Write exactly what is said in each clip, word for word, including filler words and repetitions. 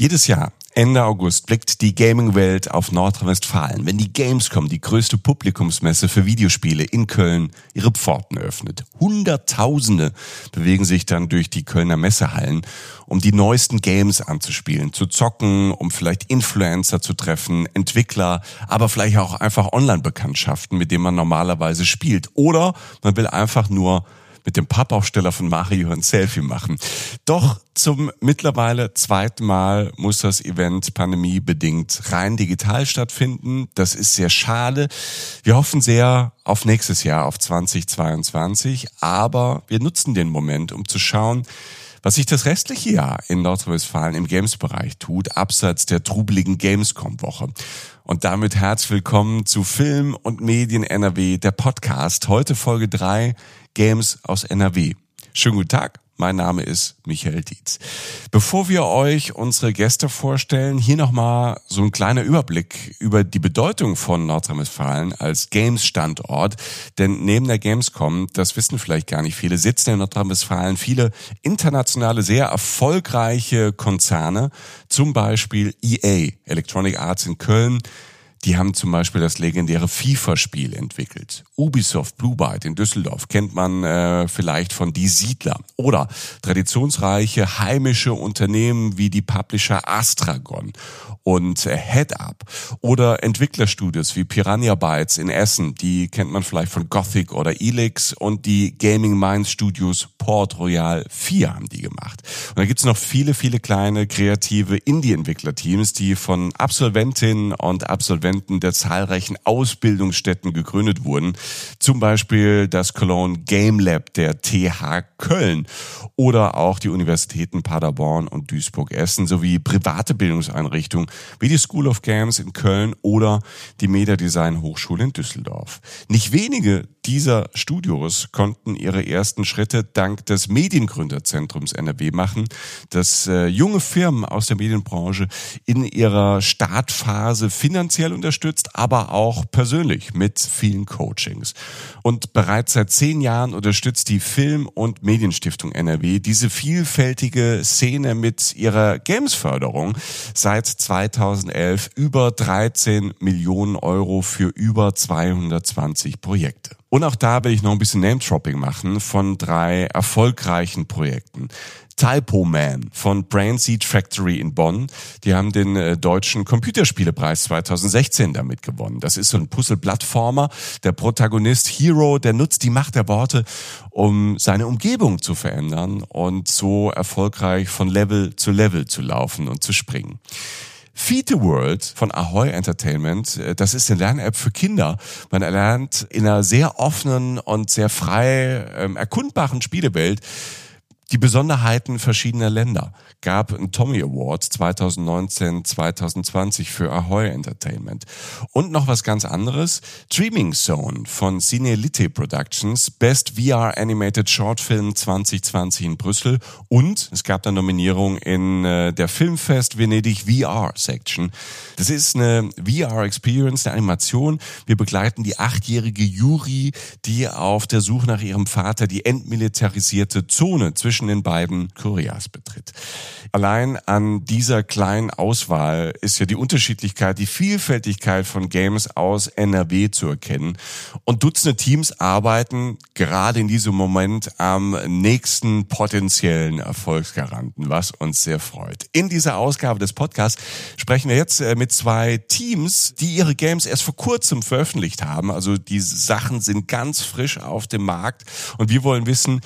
Jedes Jahr, Ende August, blickt die Gaming-Welt auf Nordrhein-Westfalen, wenn die Gamescom, die größte Publikumsmesse für Videospiele in Köln, ihre Pforten öffnet. Hunderttausende bewegen sich dann durch die Kölner Messehallen, um die neuesten Games anzuspielen, zu zocken, um vielleicht Influencer zu treffen, Entwickler, aber vielleicht auch einfach Online-Bekanntschaften, mit denen man normalerweise spielt. Oder man will einfach nur mit dem Pappaufsteller von Mario ein Selfie machen. Doch zum mittlerweile zweiten Mal muss das Event pandemiebedingt rein digital stattfinden. Das ist sehr schade. Wir hoffen sehr auf nächstes Jahr, auf zweitausendzweiundzwanzig, aber wir nutzen den Moment, um zu schauen, was sich das restliche Jahr in Nordrhein-Westfalen im Games-Bereich tut, abseits der trubeligen Gamescom-Woche. Und damit herzlich willkommen zu Film und Medien N R W, der Podcast. Heute Folge drei, Games aus N R W. Schönen guten Tag, mein Name ist Michael Dietz. Bevor wir euch unsere Gäste vorstellen, hier nochmal so ein kleiner Überblick über die Bedeutung von Nordrhein-Westfalen als Games-Standort. Denn neben der Gamescom, das wissen vielleicht gar nicht viele, sitzen in Nordrhein-Westfalen viele internationale, sehr erfolgreiche Konzerne. Zum Beispiel E A, Electronic Arts in Köln. Die haben zum Beispiel das legendäre FIFA-Spiel entwickelt. Ubisoft Blue Byte in Düsseldorf kennt man äh, vielleicht von Die Siedler. Oder traditionsreiche heimische Unternehmen wie die Publisher Astragon und äh, Head-Up. Oder Entwicklerstudios wie Piranha Bytes in Essen. Die kennt man vielleicht von Gothic oder Elix. Und die Gaming Minds Studios Port Royal vier haben die gemacht. Und da gibt's noch viele, viele kleine kreative Indie-Entwicklerteams, die von Absolventinnen und Absolventen der zahlreichen Ausbildungsstätten gegründet wurden. Zum Beispiel das Cologne Game Lab der T H Köln oder auch die Universitäten Paderborn und Duisburg-Essen sowie private Bildungseinrichtungen wie die School of Games in Köln oder die Media Design Hochschule in Düsseldorf. Nicht wenige dieser Studios konnten ihre ersten Schritte dank des Mediengründerzentrums N R W machen, das äh, junge Firmen aus der Medienbranche in ihrer Startphase finanziell unterstützt, aber auch persönlich mit vielen Coachings. Und bereits seit zehn Jahren unterstützt die Film- und Medienstiftung N R W diese vielfältige Szene mit ihrer Games-Förderung. Seit zweitausendelf über dreizehn Millionen Euro für über zweihundertzwanzig Projekte. Und auch da will ich noch ein bisschen Name-Dropping machen von drei erfolgreichen Projekten. Typo Man von Brain Seed Factory in Bonn. Die haben den äh, deutschen Computerspielepreis zweitausendsechzehn damit gewonnen. Das ist so ein Puzzle-Plattformer. Der Protagonist Hero, der nutzt die Macht der Worte, um seine Umgebung zu verändern und so erfolgreich von Level zu Level zu laufen und zu springen. Feed the World von Ahoy Entertainment, das ist eine Lern-App für Kinder. Man erlernt in einer sehr offenen und sehr frei ähm, erkundbaren Spielewelt die Besonderheiten verschiedener Länder. Gab einen Tommy Award zweitausendneunzehn, zweitausendzwanzig für Ahoy Entertainment. Und noch was ganz anderes, Dreaming Zone von Cinelite Productions, Best V R Animated Short Film zwanzig zwanzig in Brüssel. Und es gab eine Nominierung in äh, der Filmfest Venedig V R Section. Das ist eine V R-Experience, eine Animation. Wir begleiten die achtjährige Yuri, die auf der Suche nach ihrem Vater die entmilitarisierte Zone zwischen den beiden Koreas betritt. Allein an dieser kleinen Auswahl ist ja die Unterschiedlichkeit, die Vielfältigkeit von Games aus N R W zu erkennen. Und Dutzende Teams arbeiten gerade in diesem Moment am nächsten potenziellen Erfolgsgaranten, was uns sehr freut. In dieser Ausgabe des Podcasts sprechen wir jetzt mit zwei Teams, die ihre Games erst vor kurzem veröffentlicht haben. Also die Sachen sind ganz frisch auf dem Markt und wir wollen wissen,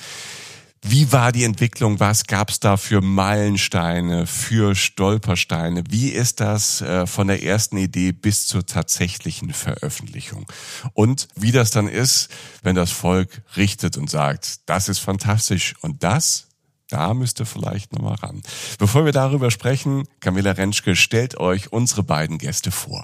wie war die Entwicklung? Was gab es da für Meilensteine, für Stolpersteine? Wie ist das äh, von der ersten Idee bis zur tatsächlichen Veröffentlichung? Und wie das dann ist, wenn das Volk richtet und sagt, das ist fantastisch und das, da müsst ihr vielleicht nochmal ran. Bevor wir darüber sprechen, Camilla Rentschke stellt euch unsere beiden Gäste vor.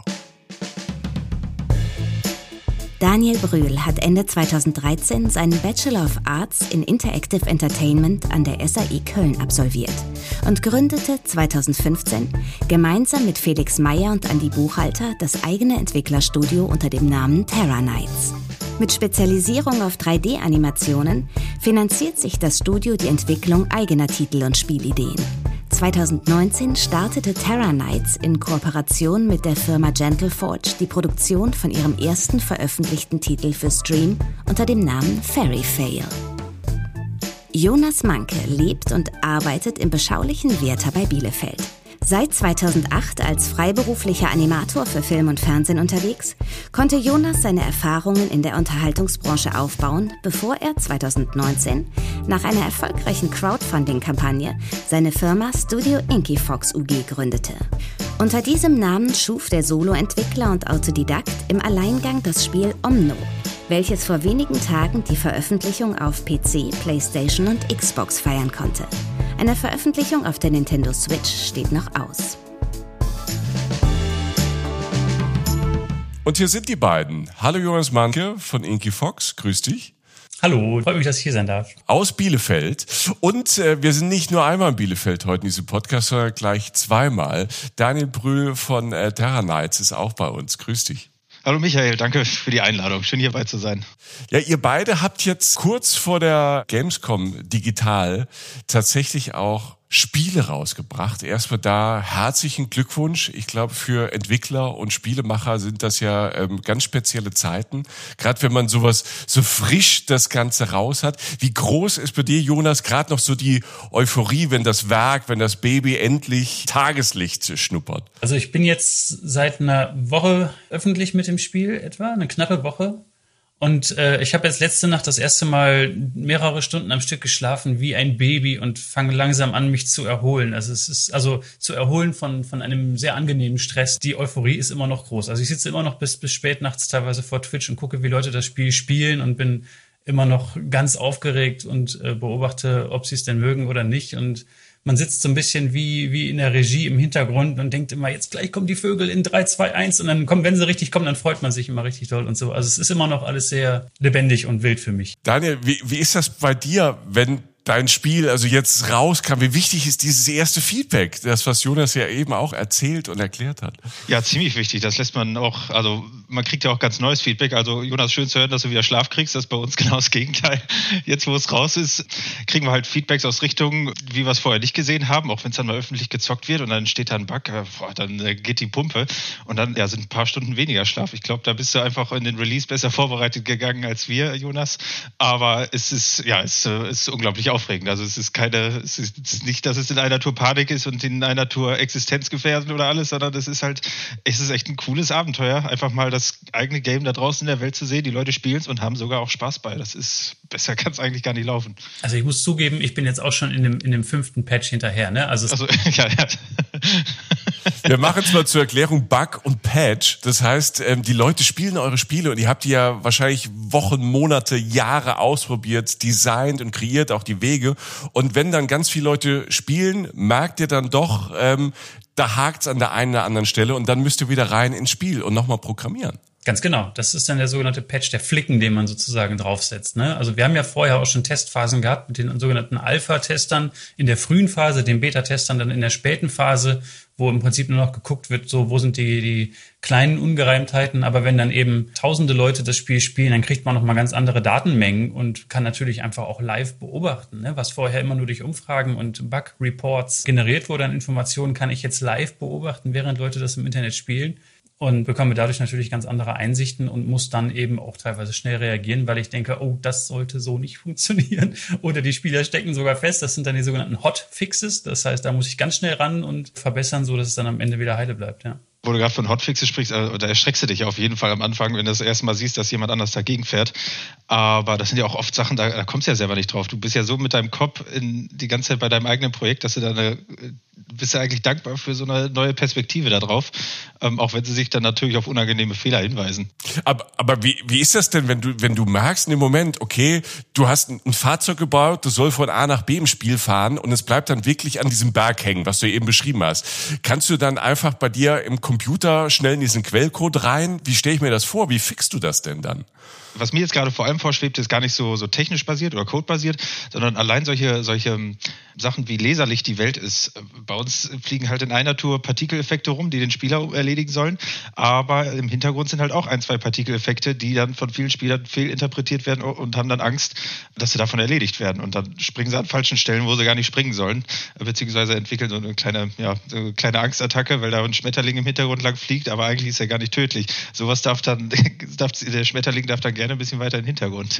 Daniel Brühl hat Ende zweitausenddreizehn seinen Bachelor of Arts in Interactive Entertainment an der S A I Köln absolviert und gründete zweitausendfünfzehn gemeinsam mit Felix Meyer und Andi Buchhalter das eigene Entwicklerstudio unter dem Namen Terra Knights. Mit Spezialisierung auf drei D-Animationen finanziert sich das Studio die Entwicklung eigener Titel und Spielideen. zweitausendneunzehn startete Terra Knights in Kooperation mit der Firma Gentle Forge die Produktion von ihrem ersten veröffentlichten Titel für Stream unter dem Namen Fairy Fail. Jonas Manke lebt und arbeitet im beschaulichen Werther bei Bielefeld. Seit zweitausendacht als freiberuflicher Animator für Film und Fernsehen unterwegs, konnte Jonas seine Erfahrungen in der Unterhaltungsbranche aufbauen, bevor er zweitausendneunzehn nach einer erfolgreichen Crowdfunding-Kampagne seine Firma Studio Inky Fox U G gründete. Unter diesem Namen schuf der Solo-Entwickler und Autodidakt im Alleingang das Spiel Omno, welches vor wenigen Tagen die Veröffentlichung auf P C, PlayStation und Xbox feiern konnte. Eine Veröffentlichung auf der Nintendo Switch steht noch aus. Und hier sind die beiden. Hallo Jonas Manke von Inky Fox, grüß dich. Hallo, freut mich, dass ich hier sein darf. Aus Bielefeld. Und äh, wir sind nicht nur einmal in Bielefeld heute in diesem Podcast, sondern gleich zweimal. Daniel Brühl von äh, Terra Knights ist auch bei uns. Grüß dich. Hallo Michael, danke für die Einladung. Schön hierbei zu sein. Ja, ihr beide habt jetzt kurz vor der Gamescom digital tatsächlich auch Spiele rausgebracht. Erstmal da herzlichen Glückwunsch. Ich glaube, für Entwickler und Spielemacher sind das ja ähm, ganz spezielle Zeiten. Gerade wenn man sowas so frisch das Ganze raus hat. Wie groß ist bei dir, Jonas, gerade noch so die Euphorie, wenn das Werk, wenn das Baby endlich Tageslicht schnuppert? Also ich bin jetzt seit einer Woche öffentlich mit dem Spiel etwa, eine knappe Woche. Und äh, ich habe jetzt letzte Nacht das erste Mal mehrere Stunden am Stück geschlafen wie ein Baby und fange langsam an, mich zu erholen. Also es ist also zu erholen von von einem sehr angenehmen Stress. Die Euphorie ist immer noch groß. Also ich sitze immer noch bis bis spät nachts teilweise vor Twitch und gucke, wie Leute das Spiel spielen und bin immer noch ganz aufgeregt und äh, beobachte, ob sie es denn mögen oder nicht. Und man sitzt so ein bisschen wie wie in der Regie im Hintergrund und denkt immer, jetzt gleich kommen die Vögel in drei, zwei, eins und dann kommen, wenn sie richtig kommen, dann freut man sich immer richtig doll und so. Also es ist immer noch alles sehr lebendig und wild für mich. Daniel, wie, wie ist das bei dir, wenn dein Spiel also jetzt rauskam? Wie wichtig ist dieses erste Feedback? Das, was Jonas ja eben auch erzählt und erklärt hat. Ja, ziemlich wichtig. Das lässt man auch, also man kriegt ja auch ganz neues Feedback. Also Jonas, schön zu hören, dass du wieder Schlaf kriegst. Das ist bei uns genau das Gegenteil. Jetzt, wo es raus ist, kriegen wir halt Feedbacks aus Richtungen, wie wir es vorher nicht gesehen haben, auch wenn es dann mal öffentlich gezockt wird und dann steht da ein Bug, boah, dann geht die Pumpe und dann ja, sind ein paar Stunden weniger Schlaf. Ich glaube, da bist du einfach in den Release besser vorbereitet gegangen als wir, Jonas. Aber es ist, ja, es ist unglaublich aufregend. Also es ist keine, es ist nicht, dass es in einer Tour Panik ist und in einer Tour existenzgefährdend oder alles, sondern es ist halt, es ist echt ein cooles Abenteuer, einfach mal das eigene Game da draußen in der Welt zu sehen. Die Leute spielen es und haben sogar auch Spaß bei. Das ist, besser kann es eigentlich gar nicht laufen. Also ich muss zugeben, ich bin jetzt auch schon in dem, in dem fünften Patch hinterher, ne? Also, also ja, ja. Wir machen es mal zur Erklärung Bug und Patch. Das heißt, die Leute spielen eure Spiele und ihr habt die ja wahrscheinlich Wochen, Monate, Jahre ausprobiert, designt und kreiert auch die Wege. Und wenn dann ganz viele Leute spielen, merkt ihr dann doch, ähm, da hakt's an der einen oder anderen Stelle und dann müsst ihr wieder rein ins Spiel und nochmal programmieren. Ganz genau. Das ist dann der sogenannte Patch, der Flicken, den man sozusagen draufsetzt. Ne? Also wir haben ja vorher auch schon Testphasen gehabt mit den sogenannten Alpha-Testern in der frühen Phase, den Beta-Testern dann in der späten Phase, wo im Prinzip nur noch geguckt wird, so wo sind die die kleinen Ungereimtheiten. Aber wenn dann eben tausende Leute das Spiel spielen, dann kriegt man noch mal ganz andere Datenmengen und kann natürlich einfach auch live beobachten, ne? Was vorher immer nur durch Umfragen und Bug-Reports generiert wurde an Informationen, kann ich jetzt live beobachten, während Leute das im Internet spielen. Und bekomme dadurch natürlich ganz andere Einsichten und muss dann eben auch teilweise schnell reagieren, weil ich denke, oh, das sollte so nicht funktionieren. Oder die Spieler stecken sogar fest. Das sind dann die sogenannten Hotfixes. Das heißt, da muss ich ganz schnell ran und verbessern, so dass es dann am Ende wieder heile bleibt, ja. Wo du gerade von Hotfixes sprichst, also, da erschreckst du dich auf jeden Fall am Anfang, wenn du das erste Mal siehst, dass jemand anders dagegen fährt. Aber das sind ja auch oft Sachen, da, da kommst du ja selber nicht drauf. Du bist ja so mit deinem Kopf in, die ganze Zeit bei deinem eigenen Projekt, dass du da eine, bist ja eigentlich dankbar für so eine neue Perspektive da drauf, ähm, auch wenn sie sich dann natürlich auf unangenehme Fehler hinweisen. Aber, aber wie, wie ist das denn, wenn du, wenn du merkst in dem Moment, okay, du hast ein, ein Fahrzeug gebaut, das soll von A nach B im Spiel fahren und es bleibt dann wirklich an diesem Berg hängen, was du eben beschrieben hast. Kannst du dann einfach bei dir im Computer schnell in diesen Quellcode rein? Wie stelle ich mir das vor? Wie fixst du das denn dann? was mir jetzt gerade vor allem vorschwebt, ist gar nicht so, so technisch basiert oder codebasiert, sondern allein solche, solche Sachen wie Laserlicht die Welt ist. Bei uns fliegen halt in einer Tour Partikeleffekte rum, die den Spieler erledigen sollen, aber im Hintergrund sind halt auch ein, zwei Partikeleffekte, die dann von vielen Spielern fehlinterpretiert werden und haben dann Angst, dass sie davon erledigt werden. Und dann springen sie an falschen Stellen, wo sie gar nicht springen sollen, beziehungsweise entwickeln so eine kleine, ja, so eine kleine Angstattacke, weil da ein Schmetterling im Hintergrund lang fliegt, aber eigentlich ist er gar nicht tödlich. Sowas darf dann, darf, der Schmetterling darf dann gerne ein bisschen weiter in den Hintergrund.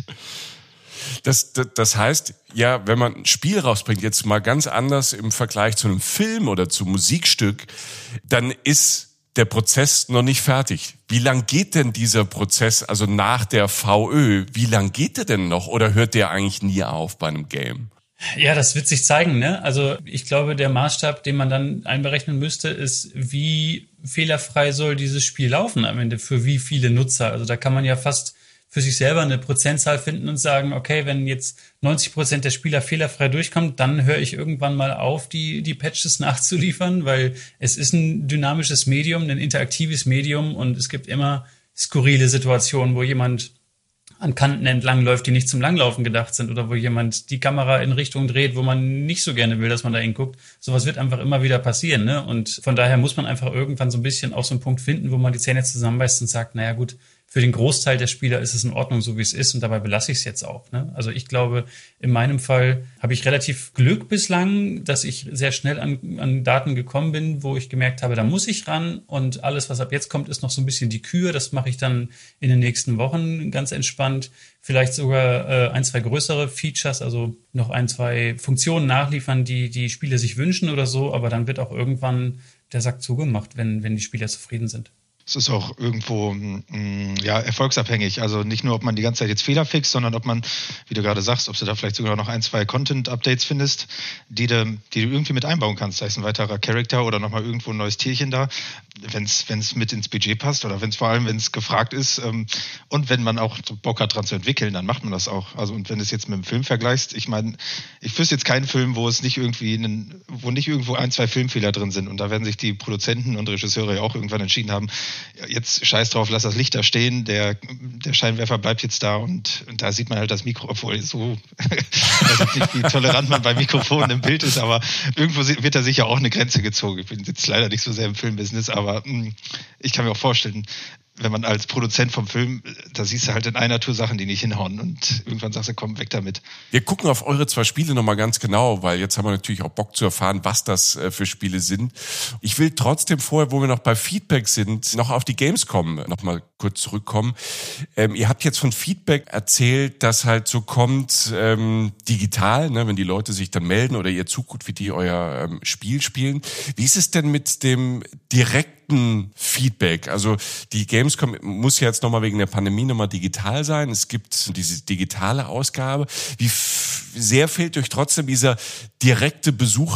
Das, das, das heißt, ja, wenn man ein Spiel rausbringt, jetzt mal ganz anders im Vergleich zu einem Film oder zu einem Musikstück, dann ist der Prozess noch nicht fertig. Wie lang geht denn dieser Prozess, also nach der V Ö, wie lang geht der denn noch oder hört der eigentlich nie auf bei einem Game? Ja, das wird sich zeigen, ne? Also ich glaube, der Maßstab, den man dann einberechnen müsste, ist, wie fehlerfrei soll dieses Spiel laufen am Ende, für wie viele Nutzer. Also da kann man ja fast für sich selber eine Prozentzahl finden und sagen, okay, wenn jetzt neunzig Prozent der Spieler fehlerfrei durchkommt, dann höre ich irgendwann mal auf, die die Patches nachzuliefern, weil es ist ein dynamisches Medium, ein interaktives Medium und es gibt immer skurrile Situationen, wo jemand an Kanten entlang läuft, die nicht zum Langlaufen gedacht sind oder wo jemand die Kamera in Richtung dreht, wo man nicht so gerne will, dass man da hinguckt. Sowas wird einfach immer wieder passieren, ne? Und von daher muss man einfach irgendwann so ein bisschen auch so einen Punkt finden, wo man die Zähne zusammenbeißt und sagt, naja gut, für den Großteil der Spieler ist es in Ordnung, so wie es ist und dabei belasse ich es jetzt auch, ne? Also ich glaube, in meinem Fall habe ich relativ Glück bislang, dass ich sehr schnell an, an Daten gekommen bin, wo ich gemerkt habe, da muss ich ran und alles, was ab jetzt kommt, ist noch so ein bisschen die Kür. Das mache ich dann in den nächsten Wochen ganz entspannt. Vielleicht sogar äh, ein, zwei größere Features, also noch ein, zwei Funktionen nachliefern, die die Spieler sich wünschen oder so, aber dann wird auch irgendwann der Sack zugemacht, wenn, wenn die Spieler zufrieden sind. Es ist auch irgendwo mh, ja erfolgsabhängig. Also nicht nur, ob man die ganze Zeit jetzt Fehler fixt, sondern ob man, wie du gerade sagst, ob du da vielleicht sogar noch ein, zwei Content-Updates findest, die du, die du irgendwie mit einbauen kannst. Da ist ein weiterer Charakter oder nochmal irgendwo ein neues Tierchen da, wenn es mit ins Budget passt oder wenn es vor allem, wenn es gefragt ist ähm, und wenn man auch Bock hat, dran zu entwickeln, dann macht man das auch. Also und wenn du es jetzt mit einem Film vergleichst, ich meine, ich wüsste jetzt keinen Film, wo es nicht irgendwie, einen, wo nicht irgendwo ein, zwei Filmfehler drin sind und da werden sich die Produzenten und Regisseure ja auch irgendwann entschieden haben, jetzt scheiß drauf, lass das Licht da stehen, der, der Scheinwerfer bleibt jetzt da und, und da sieht man halt das Mikro, obwohl so, ich weiß nicht, wie tolerant man bei Mikrofonen im Bild ist, aber irgendwo wird da sicher auch eine Grenze gezogen. Ich bin jetzt leider nicht so sehr im Filmbusiness, aber mh, ich kann mir auch vorstellen, wenn man als Produzent vom Film, da siehst du halt in einer Tour Sachen, die nicht hinhauen und irgendwann sagst du, komm, weg damit. Wir gucken auf eure zwei Spiele nochmal ganz genau, weil jetzt haben wir natürlich auch Bock zu erfahren, was das für Spiele sind. Ich will trotzdem vorher, wo wir noch bei Feedback sind, noch auf die Gamescom nochmal kurz zurückkommen. Ähm, ihr habt jetzt von Feedback erzählt, dass halt so kommt, ähm, digital, ne, wenn die Leute sich dann melden oder ihr Zugut, wie die euer ähm, Spiel spielen. Wie ist es denn mit dem direkten Feedback? Also die Gamescom muss ja jetzt nochmal wegen der Pandemie nochmal digital sein. Es gibt diese digitale Ausgabe. Wie f- sehr fehlt euch trotzdem dieser direkte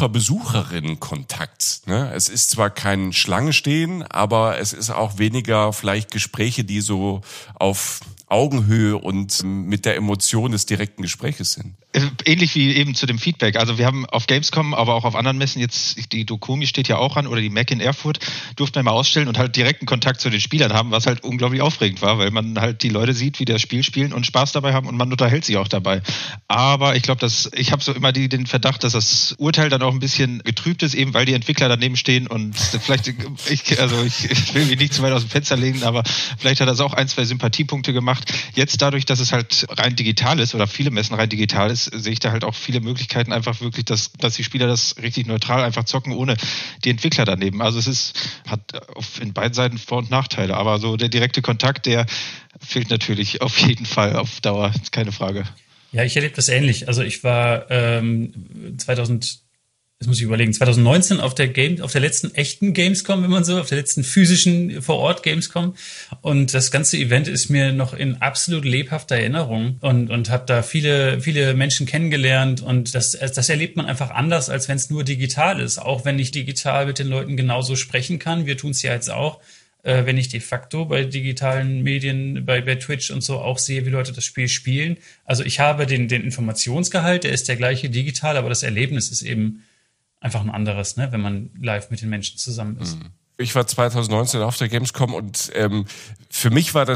Besucher-Besucherinnen-Kontakt? Ne? Es ist zwar kein Schlange stehen, aber es ist auch weniger vielleicht Gespräche, die so auf Augenhöhe und mit der Emotion des direkten Gespräches sind. Ähnlich wie eben zu dem Feedback. Also wir haben auf Gamescom, aber auch auf anderen Messen jetzt, die Dokumi steht ja auch an oder die Mac in Erfurt, durften wir mal ausstellen und halt direkten Kontakt zu den Spielern haben, was halt unglaublich aufregend war, weil man halt die Leute sieht, wie die das Spiel spielen und Spaß dabei haben und man unterhält sich auch dabei. Aber ich glaube, dass ich habe so immer die, den Verdacht, dass das Urteil dann auch ein bisschen getrübt ist, eben weil die Entwickler daneben stehen und vielleicht, ich, also ich, ich will mich nicht zu weit aus dem Fenster legen, aber vielleicht hat das auch ein, zwei Sympathiepunkte gemacht. Jetzt dadurch, dass es halt rein digital ist oder viele Messen rein digital ist, sehe ich da halt auch viele Möglichkeiten einfach wirklich, dass, dass die Spieler das richtig neutral einfach zocken, ohne die Entwickler daneben. Also es ist, hat auf, in beiden Seiten Vor- und Nachteile, aber so der direkte Kontakt, der fehlt natürlich auf jeden Fall auf Dauer, keine Frage. Ja, ich erlebe das ähnlich. Also ich war ähm, zweitausend Das muss ich überlegen. zwanzig neunzehn auf der Game, auf der letzten echten Gamescom, wenn man so, auf der letzten physischen vor-Ort Gamescom. Und das ganze Event ist mir noch in absolut lebhafter Erinnerung und und habe da viele viele Menschen kennengelernt. Und das das erlebt man einfach anders, als wenn es nur digital ist. Auch wenn ich digital mit den Leuten genauso sprechen kann. Wir tun es ja jetzt auch. Äh, wenn ich de facto bei digitalen Medien, bei, bei Twitch und so auch sehe, wie Leute das Spiel spielen. Also ich habe den den Informationsgehalt, der ist der gleiche digital, aber das Erlebnis ist eben einfach ein anderes, ne, wenn man live mit den Menschen zusammen ist. Ich war zwanzig neunzehn auf der Gamescom und ähm, für mich war das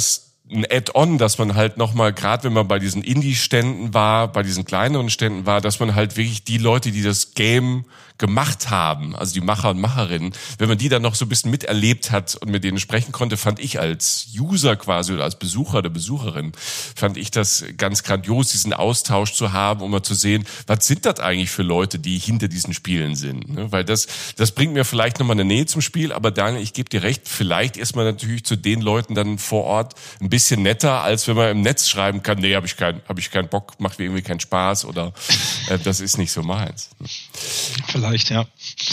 ein Add-on, dass man halt nochmal, gerade wenn man bei diesen Indie-Ständen war, bei diesen kleineren Ständen war, dass man halt wirklich die Leute, die das Game gemacht haben, also die Macher und Macherinnen, wenn man die dann noch so ein bisschen miterlebt hat und mit denen sprechen konnte, fand ich als User quasi oder als Besucher oder Besucherin, fand ich das ganz grandios, diesen Austausch zu haben, um mal zu sehen, was sind das eigentlich für Leute, die hinter diesen Spielen sind, ne? Weil das, das bringt mir vielleicht nochmal eine Nähe zum Spiel, aber Daniel, ich gebe dir recht, vielleicht ist man natürlich zu den Leuten dann vor Ort ein bisschen netter, als wenn man im Netz schreiben kann, nee, habe ich keinen, habe ich keinen Bock, macht mir irgendwie keinen Spaß oder äh, das ist nicht so meins. Vielleicht, ja.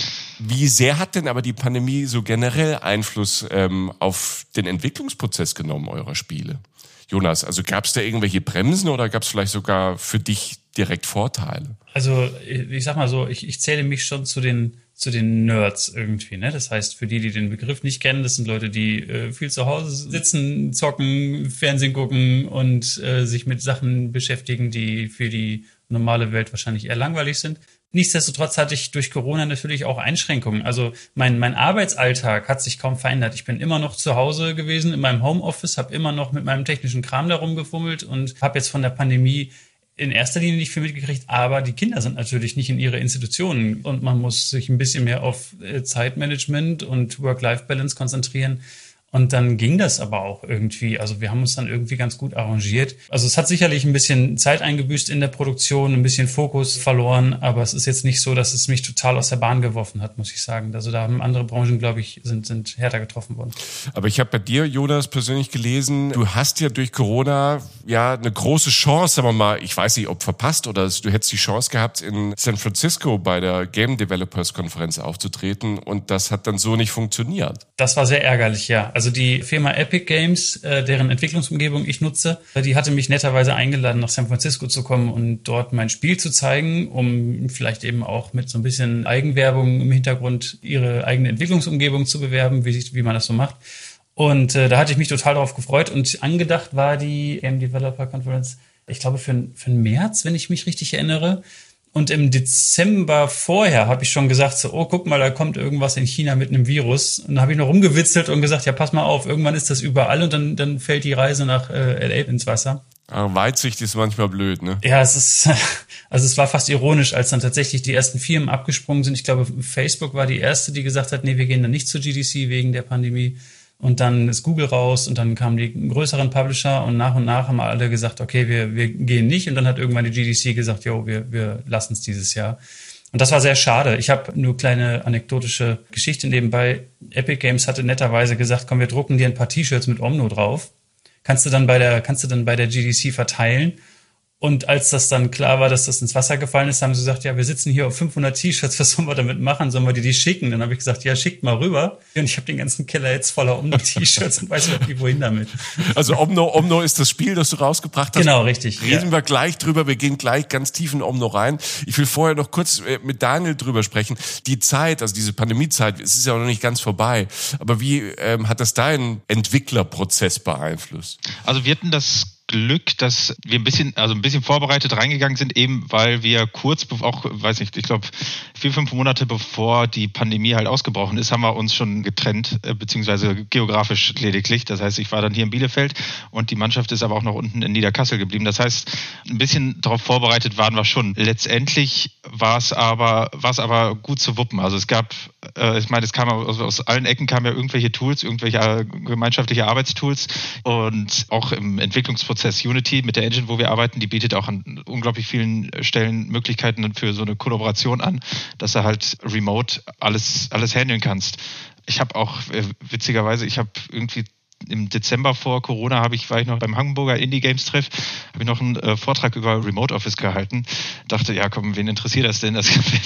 Wie sehr hat denn aber die Pandemie so generell Einfluss ähm, auf den Entwicklungsprozess genommen eurer Spiele? Jonas, also gab es da irgendwelche Bremsen oder gab es vielleicht sogar für dich direkt Vorteile? Also ich sag mal so, ich, ich zähle mich schon zu den zu den Nerds irgendwie, ne? Das heißt, für die, die den Begriff nicht kennen, das sind Leute, die äh, viel zu Hause sitzen, zocken, Fernsehen gucken und äh, sich mit Sachen beschäftigen, die für die normale Welt wahrscheinlich eher langweilig sind. Nichtsdestotrotz hatte ich durch Corona natürlich auch Einschränkungen. Also mein mein Arbeitsalltag hat sich kaum verändert. Ich bin immer noch zu Hause gewesen in meinem Homeoffice, habe immer noch mit meinem technischen Kram da rumgefummelt und habe jetzt von der Pandemie in erster Linie nicht viel mitgekriegt, aber die Kinder sind natürlich nicht in ihre Institutionen und man muss sich ein bisschen mehr auf Zeitmanagement und Work-Life-Balance konzentrieren. Und dann ging das aber auch irgendwie. Also wir haben uns dann irgendwie ganz gut arrangiert. Also es hat sicherlich ein bisschen Zeit eingebüßt in der Produktion, ein bisschen Fokus verloren, aber es ist jetzt nicht so, dass es mich total aus der Bahn geworfen hat, muss ich sagen. Also da haben andere Branchen, glaube ich, sind, sind härter getroffen worden. Aber ich habe bei dir, Jonas, persönlich gelesen, du hast ja durch Corona ja eine große Chance, sagen wir mal, ich weiß nicht, ob verpasst oder du hättest die Chance gehabt, in San Francisco bei der Game Developers Konferenz aufzutreten und das hat dann so nicht funktioniert. Das war sehr ärgerlich, ja. Also die Firma Epic Games, äh, deren Entwicklungsumgebung ich nutze, die hatte mich netterweise eingeladen, nach San Francisco zu kommen und dort mein Spiel zu zeigen, um vielleicht eben auch mit so ein bisschen Eigenwerbung im Hintergrund ihre eigene Entwicklungsumgebung zu bewerben, wie, wie man das so macht. Und äh, da hatte ich mich total darauf gefreut und angedacht war die Game Developer Conference, ich glaube für, für den März, wenn ich mich richtig erinnere. Und im Dezember vorher habe ich schon gesagt, so, oh, guck mal, da kommt irgendwas in China mit einem Virus. Und dann habe ich noch rumgewitzelt und gesagt, ja, pass mal auf, irgendwann ist das überall und dann, dann fällt die Reise nach äh, L A ins Wasser. Aber Weitsicht ist manchmal blöd, ne? Ja, es ist, also es war fast ironisch, als dann tatsächlich die ersten Firmen abgesprungen sind. Ich glaube, Facebook war die erste, die gesagt hat, nee, wir gehen dann nicht zur G D C wegen der Pandemie. Und dann ist Google raus und dann kamen die größeren Publisher und nach und nach haben alle gesagt, okay, wir wir gehen nicht. Und dann hat irgendwann die G D C gesagt, jo, wir wir lassen es dieses Jahr. Und das war sehr schade. Ich habe nur kleine anekdotische Geschichte nebenbei. Epic Games hatte netterweise gesagt, komm, wir drucken dir ein paar T-Shirts mit Omno drauf. Kannst du dann bei der kannst du dann bei der G D C verteilen. Und als das dann klar war, dass das ins Wasser gefallen ist, haben sie gesagt, ja, wir sitzen hier auf fünfhundert T-Shirts, was sollen wir damit machen? Sollen wir dir die schicken? Dann habe ich gesagt, ja, schickt mal rüber. Und ich habe den ganzen Keller jetzt voller Omno-T-Shirts und weiß nicht, wohin damit. Also Omno, Omno ist das Spiel, das du rausgebracht hast. Genau, richtig. Reden ja. wir gleich drüber. Wir gehen gleich ganz tief in Omno rein. Ich will vorher noch kurz mit Daniel drüber sprechen. Die Zeit, also diese Pandemiezeit, es ist ja noch nicht ganz vorbei. Aber wie ähm, hat das deinen Entwicklerprozess beeinflusst? Also wir hatten das Glück, dass wir ein bisschen, also ein bisschen vorbereitet reingegangen sind, eben weil wir kurz, auch, weiß nicht, ich glaube vier, fünf Monate bevor die Pandemie halt ausgebrochen ist, haben wir uns schon getrennt, beziehungsweise geografisch lediglich. Das heißt, ich war dann hier in Bielefeld und die Mannschaft ist aber auch noch unten in Niederkassel geblieben. Das heißt, ein bisschen darauf vorbereitet waren wir schon. Letztendlich war es aber, war es aber gut zu wuppen. Also es gab, äh, ich meine, es kam aus, aus allen Ecken kamen ja irgendwelche Tools, irgendwelche gemeinschaftliche Arbeitstools und auch im Entwicklungsprozess Unity mit der Engine, wo wir arbeiten, die bietet auch an unglaublich vielen Stellen Möglichkeiten für so eine Kollaboration an, dass du halt remote alles alles handeln kannst. Ich habe auch äh, witzigerweise, ich habe irgendwie im Dezember vor Corona habe ich war ich noch beim Hamburger Indie Games Treff, habe ich noch einen äh, Vortrag über Remote Office gehalten. Dachte, ja, komm, wen interessiert das denn? Das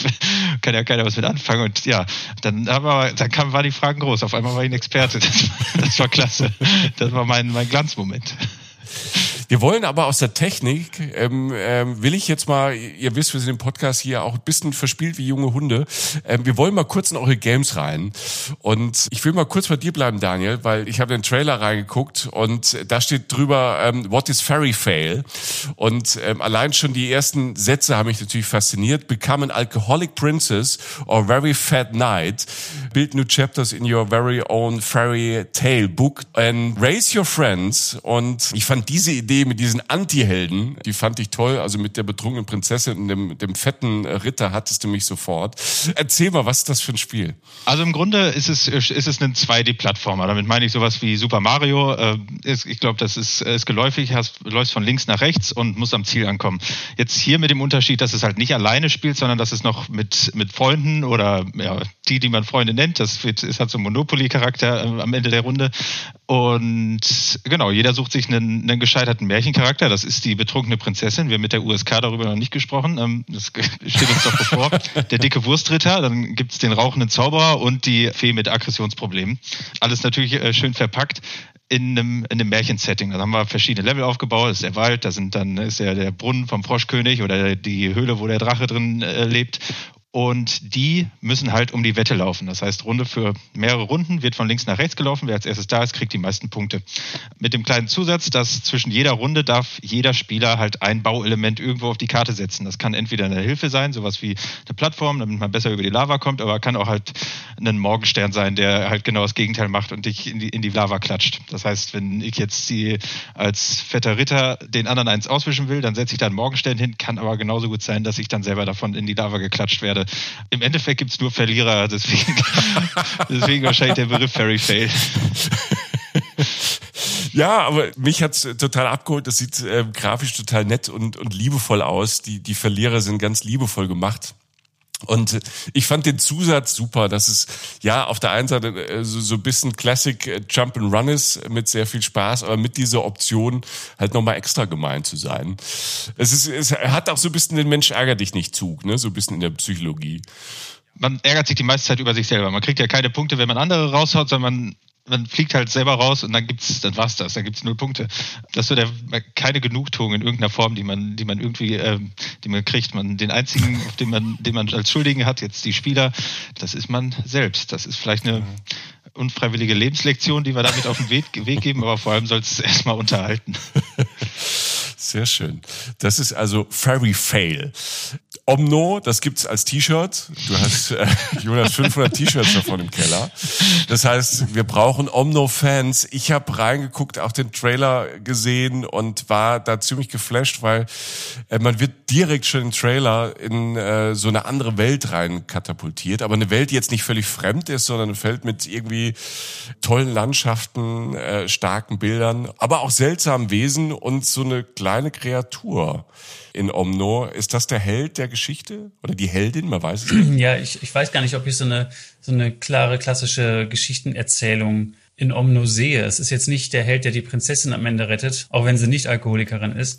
kann ja keiner was mit anfangen. Und ja, dann aber dann kam war die Fragen groß. Auf einmal war ich ein Experte. Das, das war klasse. Das war mein mein Glanzmoment. Wir wollen aber aus der Technik, ähm, ähm, will ich jetzt mal, ihr wisst, wir sind im Podcast hier auch ein bisschen verspielt wie junge Hunde. Ähm, wir wollen mal kurz in eure Games rein. Und ich will mal kurz bei dir bleiben, Daniel, weil ich habe den Trailer reingeguckt und da steht drüber, ähm, what is Fairy Fail? Und ähm, allein schon die ersten Sätze haben mich natürlich fasziniert. Become an alcoholic princess or very fat knight. Build new chapters in your very own fairy tale book and raise your friends. Und ich fand diese Idee mit diesen Anti-Helden, die fand ich toll. Also mit der betrunkenen Prinzessin und dem, dem fetten Ritter hattest du mich sofort. Erzähl mal, was ist das für ein Spiel? Also im Grunde ist es, ist es ein zwei D-Plattformer. Damit meine ich sowas wie Super Mario. Ich glaube, das ist, ist geläufig. Du läufst von links nach rechts und musst am Ziel ankommen. Jetzt hier mit dem Unterschied, dass es halt nicht alleine spielt, sondern dass es noch mit, mit Freunden oder ja, die, die man Freunde nennt. Das wird, ist halt so ein Monopoly-Charakter am Ende der Runde. Und genau, jeder sucht sich einen, einen gescheiterten Märchencharakter. Das ist die betrunkene Prinzessin. Wir haben mit der U S K darüber noch nicht gesprochen. Das steht uns doch bevor. Der dicke Wurstritter, dann gibt's den rauchenden Zauberer und die Fee mit Aggressionsproblemen. Alles natürlich schön verpackt in einem, in einem Märchensetting. Da haben wir verschiedene Level aufgebaut. Das ist der Wald, da sind dann ist ja der Brunnen vom Froschkönig oder die Höhle, wo der Drache drin äh, lebt. Und die müssen halt um die Wette laufen. Das heißt, Runde für mehrere Runden wird von links nach rechts gelaufen. Wer als erstes da ist, kriegt die meisten Punkte. Mit dem kleinen Zusatz, dass zwischen jeder Runde darf jeder Spieler halt ein Bauelement irgendwo auf die Karte setzen. Das kann entweder eine Hilfe sein, sowas wie eine Plattform, damit man besser über die Lava kommt, aber kann auch halt ein Morgenstern sein, der halt genau das Gegenteil macht und dich in die, in die Lava klatscht. Das heißt, wenn ich jetzt die als fetter Ritter den anderen eins auswischen will, dann setze ich da einen Morgenstern hin, kann aber genauso gut sein, dass ich dann selber davon in die Lava geklatscht werde. Im Endeffekt gibt es nur Verlierer, deswegen, deswegen wahrscheinlich der Begriff Fairy Fail. Ja, aber mich hat's total abgeholt. Das sieht äh, grafisch total nett und, und liebevoll aus. Die, die Verlierer sind ganz liebevoll gemacht. Und ich fand den Zusatz super, dass es ja auf der einen Seite so, so ein bisschen Classic Jump and Run ist mit sehr viel Spaß, aber mit dieser Option halt nochmal extra gemein zu sein. Es ist, es hat auch so ein bisschen den Mensch ärger dich nicht Zug, ne, so ein bisschen in der Psychologie. Man ärgert sich die meiste Zeit über sich selber. Man kriegt ja keine Punkte, wenn man andere raushaut, sondern man man fliegt halt selber raus und dann gibt's, dann war's das, dann gibt's null Punkte. Das ist so der, keine Genugtuung in irgendeiner Form, die man, die man irgendwie, ähm, die man kriegt. Man, den einzigen, auf den man, den man als Schuldigen hat, jetzt die Spieler, das ist man selbst. Das ist vielleicht eine unfreiwillige Lebenslektion, die wir damit auf den Weg, Weg geben, aber vor allem soll es erstmal unterhalten. Sehr schön. Das ist also Fairy Fail. Omno, das gibt's als T-Shirt. Du hast, äh, Jonas, fünfhundert T-Shirts davon im Keller. Das heißt, wir brauchen Omno-Fans. Ich habe reingeguckt, auch den Trailer gesehen und war da ziemlich geflasht, weil äh, man wird direkt schon im Trailer in äh, so eine andere Welt rein katapultiert. Aber eine Welt, die jetzt nicht völlig fremd ist, sondern eine Welt mit irgendwie tollen Landschaften, äh, starken Bildern, aber auch seltsamen Wesen und so eine kleine Kreatur. In Omno. Ist das der Held der Geschichte? Oder die Heldin? Man weiß es nicht. Ja, ich, ich weiß gar nicht, ob ich so eine, so eine klare, klassische Geschichtenerzählung in Omno sehe. Es ist jetzt nicht der Held, der die Prinzessin am Ende rettet, auch wenn sie nicht Alkoholikerin ist.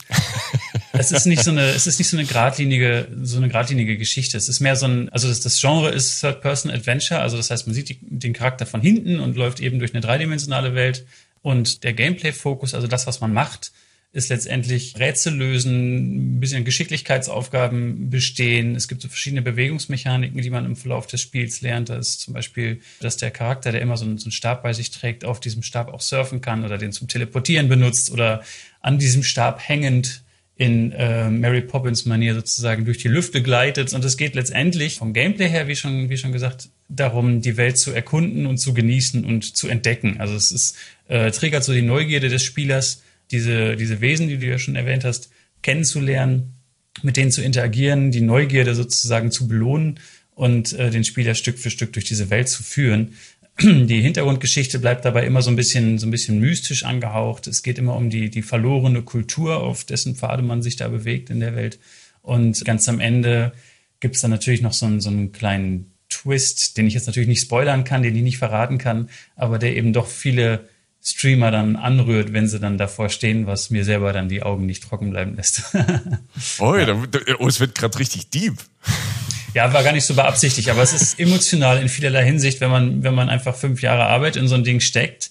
Es ist nicht so eine, es ist nicht so eine geradlinige, so eine geradlinige Geschichte. Es ist mehr so ein, also das, das Genre ist Third-Person-Adventure. Also das heißt, man sieht die, den Charakter von hinten und läuft eben durch eine dreidimensionale Welt. Und der Gameplay-Fokus, also das, was man macht, ist letztendlich Rätsel lösen, ein bisschen Geschicklichkeitsaufgaben bestehen. Es gibt so verschiedene Bewegungsmechaniken, die man im Verlauf des Spiels lernt. Da ist zum Beispiel, dass der Charakter, der immer so einen, so einen Stab bei sich trägt, auf diesem Stab auch surfen kann oder den zum Teleportieren benutzt oder an diesem Stab hängend in äh, Mary Poppins-Manier sozusagen durch die Lüfte gleitet. Und es geht letztendlich vom Gameplay her, wie schon, wie schon gesagt, darum, die Welt zu erkunden und zu genießen und zu entdecken. Also es ist, äh, triggert so die Neugierde des Spielers, diese, diese Wesen, die du ja schon erwähnt hast, kennenzulernen, mit denen zu interagieren, die Neugierde sozusagen zu belohnen und äh, den Spieler Stück für Stück durch diese Welt zu führen. Die Hintergrundgeschichte bleibt dabei immer so ein bisschen, so ein bisschen mystisch angehaucht. Es geht immer um die, die verlorene Kultur, auf dessen Pfade man sich da bewegt in der Welt. Und ganz am Ende gibt's dann natürlich noch so einen, so einen kleinen Twist, den ich jetzt natürlich nicht spoilern kann, den ich nicht verraten kann, aber der eben doch viele Streamer dann anrührt, wenn sie dann davor stehen, was mir selber dann die Augen nicht trocken bleiben lässt. Oh, ja. Oh, es wird gerade richtig deep. Ja, war gar nicht so beabsichtigt, aber es ist emotional in vielerlei Hinsicht, wenn man, wenn man einfach fünf Jahre Arbeit in so ein Ding steckt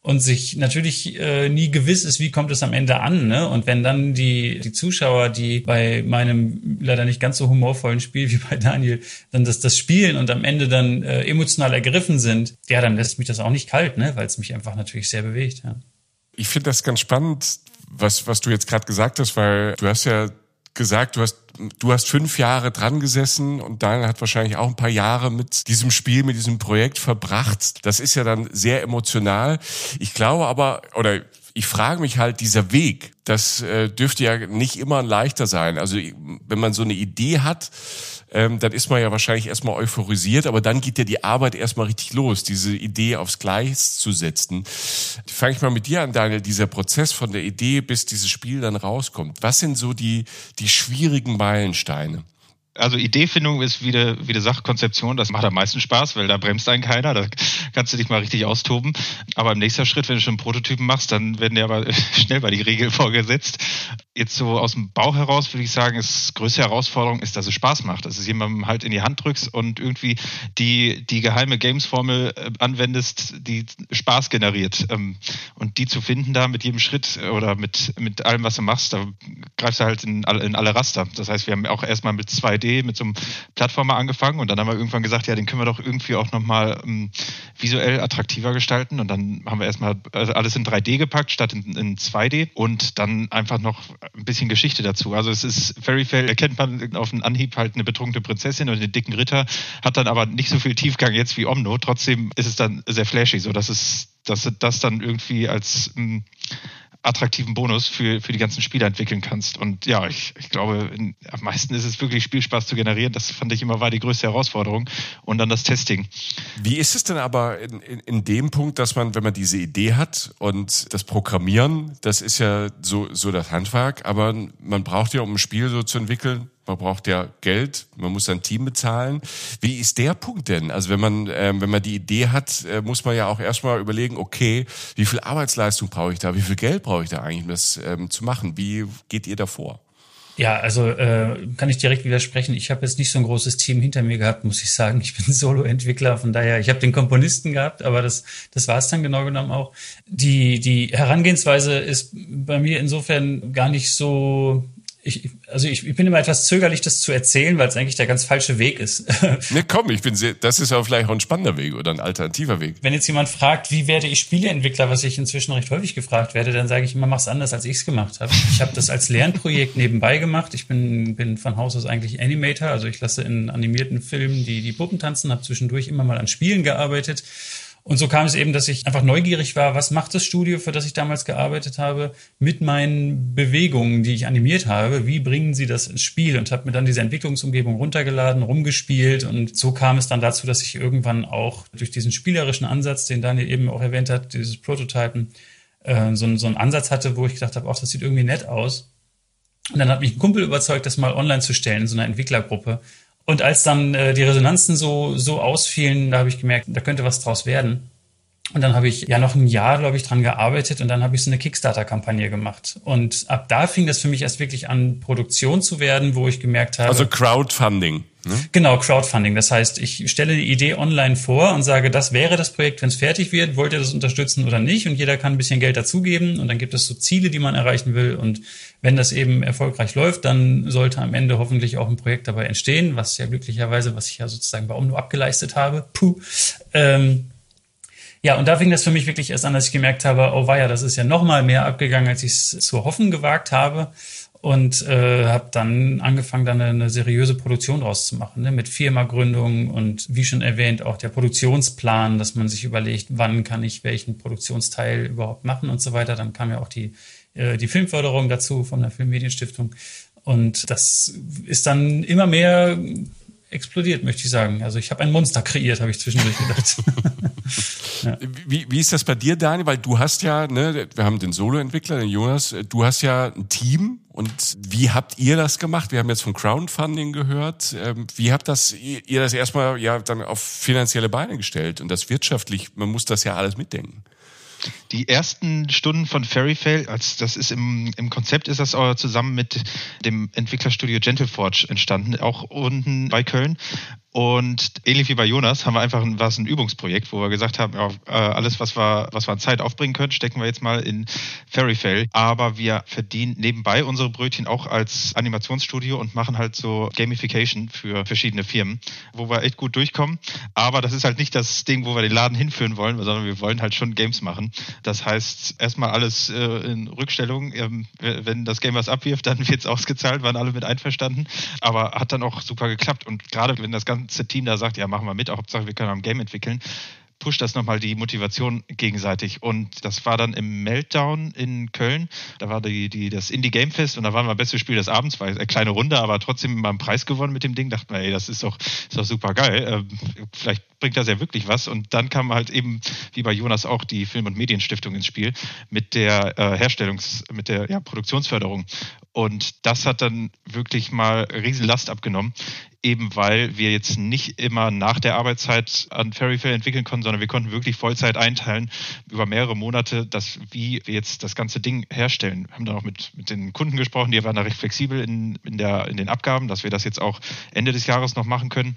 und sich natürlich äh, nie gewiss ist, wie kommt es am Ende an, ne? Und wenn dann die die Zuschauer, die bei meinem leider nicht ganz so humorvollen Spiel wie bei Daniel dann das das spielen und am Ende dann äh, emotional ergriffen sind, ja, dann lässt mich das auch nicht kalt, ne? Weil es mich einfach natürlich sehr bewegt, ja. Ich finde das ganz spannend, was was du jetzt gerade gesagt hast, weil du hast ja gesagt, du hast du hast fünf Jahre dran gesessen und Daniel hat wahrscheinlich auch ein paar Jahre mit diesem Spiel, mit diesem Projekt verbracht. Das ist ja dann sehr emotional. Ich glaube aber, oder ich frage mich halt, dieser Weg, das äh, dürfte ja nicht immer ein leichter sein. Also wenn man so eine Idee hat, ähm, dann ist man ja wahrscheinlich erstmal euphorisiert, aber dann geht ja die Arbeit erstmal richtig los, diese Idee aufs Gleis zu setzen. Fange ich mal mit dir an, Daniel, dieser Prozess von der Idee, bis dieses Spiel dann rauskommt. Was sind so die, die schwierigen Meilensteine? Also Ideefindung ist wie eine, wie eine Sachkonzeption, das macht am meisten Spaß, weil da bremst einen keiner, da kannst du dich mal richtig austoben. Aber im nächsten Schritt, wenn du schon Prototypen machst, dann werden dir aber schnell mal die Regeln vorgesetzt. Jetzt so aus dem Bauch heraus würde ich sagen, ist größte Herausforderung ist, dass es Spaß macht, dass es jemandem halt in die Hand drückst und irgendwie die, die geheime Games-Formel anwendest, die Spaß generiert. Und die zu finden da mit jedem Schritt oder mit, mit allem, was du machst, da greifst du halt in alle, in alle Raster. Das heißt, wir haben auch erstmal mit zwei D mit so einem Plattformer angefangen und dann haben wir irgendwann gesagt, ja, den können wir doch irgendwie auch nochmal ähm, visuell attraktiver gestalten und dann haben wir erstmal alles in drei D gepackt statt in, in zwei D und dann einfach noch ein bisschen Geschichte dazu. Also es ist Fairy Tail, erkennt man auf den Anhieb halt eine betrunkene Prinzessin und den dicken Ritter, hat dann aber nicht so viel Tiefgang jetzt wie Omno, trotzdem ist es dann sehr flashy, so dass es, dass du das dann irgendwie als mh, attraktiven Bonus für, für die ganzen Spieler entwickeln kannst. Und ja, ich, ich glaube, in, am meisten ist es wirklich Spielspaß zu generieren. Das fand ich immer war die größte Herausforderung. Und dann das Testing. Wie ist es denn aber in, in, in dem Punkt, dass man, wenn man diese Idee hat und das Programmieren, das ist ja so, so das Handwerk, aber man braucht ja, um ein Spiel so zu entwickeln, man braucht ja Geld, man muss ein Team bezahlen. Wie ist der Punkt denn? Also wenn man ähm, wenn man die Idee hat, äh, muss man ja auch erstmal überlegen, okay, wie viel Arbeitsleistung brauche ich da, wie viel Geld brauche ich da eigentlich, um das ähm, zu machen? Wie geht ihr da vor? Ja, also äh, kann ich direkt widersprechen. Ich habe jetzt nicht so ein großes Team hinter mir gehabt, muss ich sagen. Ich bin Solo-Entwickler, von daher, ich habe den Komponisten gehabt, aber das das war es dann genau genommen auch. Die die Herangehensweise ist bei mir insofern gar nicht so... Ich, also ich, ich bin immer etwas zögerlich, das zu erzählen, weil es eigentlich der ganz falsche Weg ist. Ne, komm, ich bin sehr, das ist aber vielleicht auch ein spannender Weg oder ein alternativer Weg. Wenn jetzt jemand fragt, wie werde ich Spieleentwickler, was ich inzwischen recht häufig gefragt werde, dann sage ich immer, mach's anders, als ich es gemacht habe. Ich habe das als Lernprojekt nebenbei gemacht. Ich bin bin von Haus aus eigentlich Animator, also ich lasse in animierten Filmen die die Puppen tanzen, habe zwischendurch immer mal an Spielen gearbeitet. Und so kam es eben, dass ich einfach neugierig war, was macht das Studio, für das ich damals gearbeitet habe, mit meinen Bewegungen, die ich animiert habe, wie bringen sie das ins Spiel, und habe mir dann diese Entwicklungsumgebung runtergeladen, rumgespielt, und so kam es dann dazu, dass ich irgendwann auch durch diesen spielerischen Ansatz, den Daniel eben auch erwähnt hat, dieses Prototypen, äh, so, so einen Ansatz hatte, wo ich gedacht habe, ach, das sieht irgendwie nett aus. Und dann hat mich ein Kumpel überzeugt, das mal online zu stellen in so einer Entwicklergruppe. Und als dann äh, die Resonanzen so so ausfielen, da habe ich gemerkt, da könnte was draus werden. Und dann habe ich ja noch ein Jahr, glaube ich, dran gearbeitet, und dann habe ich so eine Kickstarter-Kampagne gemacht. Und ab da fing das für mich erst wirklich an, Produktion zu werden, wo ich gemerkt habe... Also Crowdfunding. Ne? Genau, Crowdfunding. Das heißt, ich stelle die Idee online vor und sage, das wäre das Projekt, wenn es fertig wird. Wollt ihr das unterstützen oder nicht? Und jeder kann ein bisschen Geld dazugeben. Und dann gibt es so Ziele, die man erreichen will. Und wenn das eben erfolgreich läuft, dann sollte am Ende hoffentlich auch ein Projekt dabei entstehen, was ja glücklicherweise, was ich ja sozusagen bei Omno abgeleistet habe. Puh. Ähm, Ja, und da fing das für mich wirklich erst an, dass ich gemerkt habe, oh weia, das ist ja noch mal mehr abgegangen, als ich es zu hoffen gewagt habe. Und äh, habe dann angefangen, dann eine, eine seriöse Produktion draus zu machen, ne? Mit Firmagründung und wie schon erwähnt auch der Produktionsplan, dass man sich überlegt, wann kann ich welchen Produktionsteil überhaupt machen und so weiter. Dann kam ja auch die, äh, die Filmförderung dazu von der Filmmedienstiftung. Und das ist dann immer mehr explodiert, möchte ich sagen. Also ich habe ein Monster kreiert, habe ich zwischendurch gedacht. Ja. Wie, wie ist das bei dir, Daniel? Weil du hast ja, ne, wir haben den Solo-Entwickler, den Jonas, du hast ja ein Team, und wie habt ihr das gemacht? Wir haben jetzt von Crowdfunding gehört. Wie habt das, ihr das erstmal ja dann auf finanzielle Beine gestellt und das wirtschaftlich, man muss das ja alles mitdenken. Die ersten Stunden von Fairy Tail, als das ist im, im Konzept ist das auch zusammen mit dem Entwicklerstudio Gentleforge entstanden, auch unten bei Köln. Und ähnlich wie bei Jonas haben wir einfach ein, was ein Übungsprojekt, wo wir gesagt haben, ja, alles, was wir, was wir an Zeit aufbringen können, stecken wir jetzt mal in Fairyfale. Aber wir verdienen nebenbei unsere Brötchen auch als Animationsstudio und machen halt so Gamification für verschiedene Firmen, wo wir echt gut durchkommen. Aber das ist halt nicht das Ding, wo wir den Laden hinführen wollen, sondern wir wollen halt schon Games machen. Das heißt, erstmal alles äh, in Rückstellung. Ähm, wenn das Game was abwirft, dann wird es ausgezahlt, waren alle mit einverstanden. Aber hat dann auch super geklappt. Und gerade wenn das ganze Team da sagt, ja, machen wir mit, auch Hauptsache wir können am Game entwickeln, pusht das nochmal die Motivation gegenseitig. Und das war dann im Meltdown in Köln. Da war die, die, das Indie Game Fest und da waren wir bestes Spiel des Abends, war eine kleine Runde, aber trotzdem mal einen Preis gewonnen mit dem Ding. Dachten wir, ey, das ist doch, ist doch super geil. Ähm, vielleicht bringt das ja wirklich was. Und dann kam halt eben, wie bei Jonas auch, die Film- und Medienstiftung ins Spiel mit der äh, Herstellungs-, mit der ja, Produktionsförderung. Und das hat dann wirklich mal Riesenlast abgenommen, eben weil wir jetzt nicht immer nach der Arbeitszeit an Fairyfale entwickeln konnten, sondern wir konnten wirklich Vollzeit einteilen über mehrere Monate, dass, wie wir jetzt das ganze Ding herstellen. Wir haben dann auch mit, mit den Kunden gesprochen, die waren da recht flexibel in, in, der, in den Abgaben, dass wir das jetzt auch Ende des Jahres noch machen können.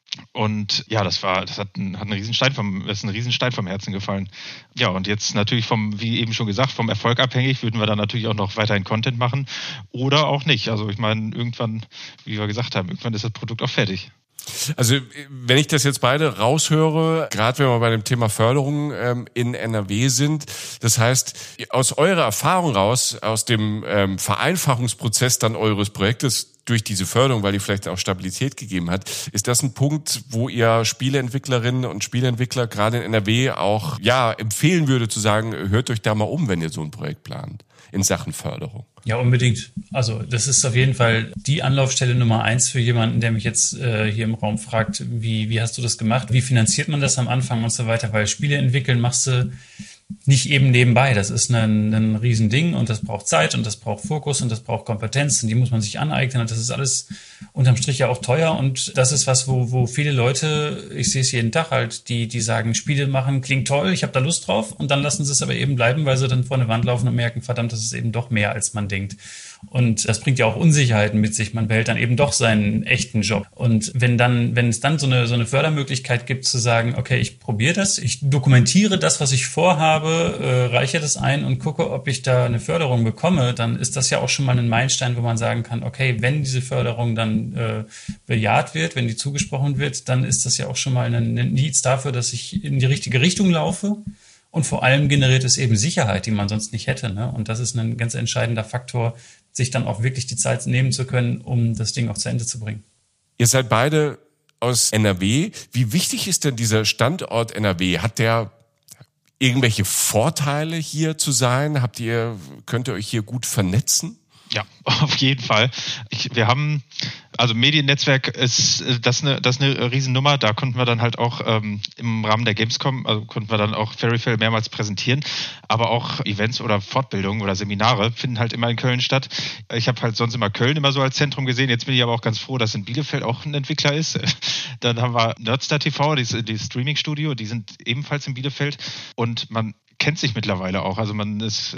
Und ja, das war, das hat, ein, hat einen Riesenstein vom, das ist ein Riesenstein vom Herzen gefallen. Ja, und jetzt natürlich vom, wie eben schon gesagt, vom Erfolg abhängig, würden wir dann natürlich auch noch weiterhin Content machen oder auch nicht. Also ich meine, irgendwann, wie wir gesagt haben, irgendwann ist das Produkt auch fertig. Also wenn ich das jetzt beide raushöre, gerade wenn wir bei dem Thema Förderung ähm, in N R W sind, das heißt, aus eurer Erfahrung raus, aus dem ähm, Vereinfachungsprozess dann eures Projektes durch diese Förderung, weil die vielleicht auch Stabilität gegeben hat, ist das ein Punkt, wo ihr Spieleentwicklerinnen und Spieleentwickler gerade in N R W auch ja empfehlen würde zu sagen, hört euch da mal um, wenn ihr so ein Projekt plant in Sachen Förderung? Ja, unbedingt. Also das ist auf jeden Fall die Anlaufstelle Nummer eins für jemanden, der mich jetzt äh, hier im Raum fragt, wie, wie hast du das gemacht? Wie finanziert man das am Anfang und so weiter? Weil Spiele entwickeln machst du nicht eben nebenbei. Das ist ein, ein Riesending und das braucht Zeit und das braucht Fokus und das braucht Kompetenz und die muss man sich aneignen und das ist alles unterm Strich ja auch teuer und das ist was, wo, wo viele Leute, ich sehe es jeden Tag halt, die, die sagen, Spiele machen klingt toll, ich habe da Lust drauf und dann lassen sie es aber eben bleiben, weil sie dann vor eine Wand laufen und merken, verdammt, das ist eben doch mehr, als man denkt. Und das bringt ja auch Unsicherheiten mit sich. Man behält dann eben doch seinen echten Job. Und wenn dann, wenn es dann so eine, so eine Fördermöglichkeit gibt, zu sagen, okay, ich probiere das, ich dokumentiere das, was ich vorhabe, äh, reiche das ein und gucke, ob ich da eine Förderung bekomme, dann ist das ja auch schon mal ein Meilenstein, wo man sagen kann, okay, wenn diese Förderung dann äh, bejaht wird, wenn die zugesprochen wird, dann ist das ja auch schon mal ein, ein Indiz dafür, dass ich in die richtige Richtung laufe. Und vor allem generiert es eben Sicherheit, die man sonst nicht hätte. Ne? Und das ist ein ganz entscheidender Faktor, sich dann auch wirklich die Zeit nehmen zu können, um das Ding auch zu Ende zu bringen. Ihr seid beide aus N R W. Wie wichtig ist denn dieser Standort N R W? Hat der irgendwelche Vorteile, hier zu sein? Habt ihr, könnt ihr euch hier gut vernetzen? Ja, auf jeden Fall. Ich, wir haben, also Mediennetzwerk ist das eine, das ist eine Riesennummer. Da konnten wir dann halt auch ähm, im Rahmen der Gamescom, also konnten wir dann auch Fairyfale mehrmals präsentieren. Aber auch Events oder Fortbildungen oder Seminare finden halt immer in Köln statt. Ich habe halt sonst immer Köln immer so als Zentrum gesehen. Jetzt bin ich aber auch ganz froh, dass in Bielefeld auch ein Entwickler ist. Dann haben wir Nerdstar T V, die, die Streaming-Studio, die sind ebenfalls in Bielefeld. Und man kennt sich mittlerweile auch. Also man ist,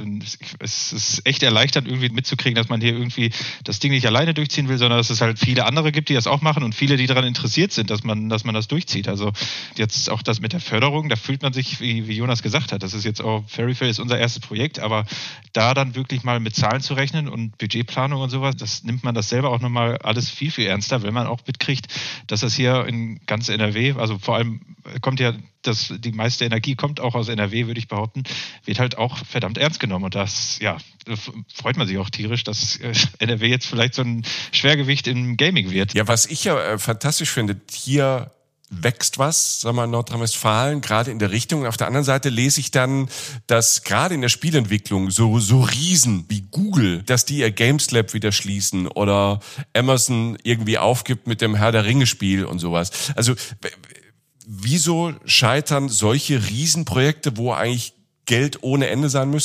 es ist echt erleichternd, irgendwie mitzukriegen, dass man hier irgendwie das Ding nicht alleine durchziehen will, sondern dass es halt viele andere gibt, die das auch machen und viele, die daran interessiert sind, dass man, dass man das durchzieht. Also jetzt auch das mit der Förderung, da fühlt man sich, wie, wie Jonas gesagt hat, das ist jetzt auch, Fairyfale ist unser erstes Projekt, aber da dann wirklich mal mit Zahlen zu rechnen und Budgetplanung und sowas, das nimmt man das selber auch nochmal alles viel, viel ernster, wenn man auch mitkriegt, dass das hier in ganz N R W, also vor allem kommt ja das, die meiste Energie kommt auch aus N R W, würde ich behaupten, wird halt auch verdammt ernst genommen. Und das, ja, freut man sich auch tierisch, dass N R W jetzt vielleicht so ein Schwergewicht im Gaming wird. Ja, was ich ja äh, fantastisch finde, hier wächst was, sagen wir in Nordrhein-Westfalen, gerade in der Richtung. Und auf der anderen Seite lese ich dann, dass gerade in der Spielentwicklung so, so Riesen wie Google, dass die ihr Games Lab wieder schließen oder Amazon irgendwie aufgibt mit dem Herr der Ringe-Spiel und sowas. Also, wieso scheitern solche Riesenprojekte, wo eigentlich Geld ohne Ende sein müsste,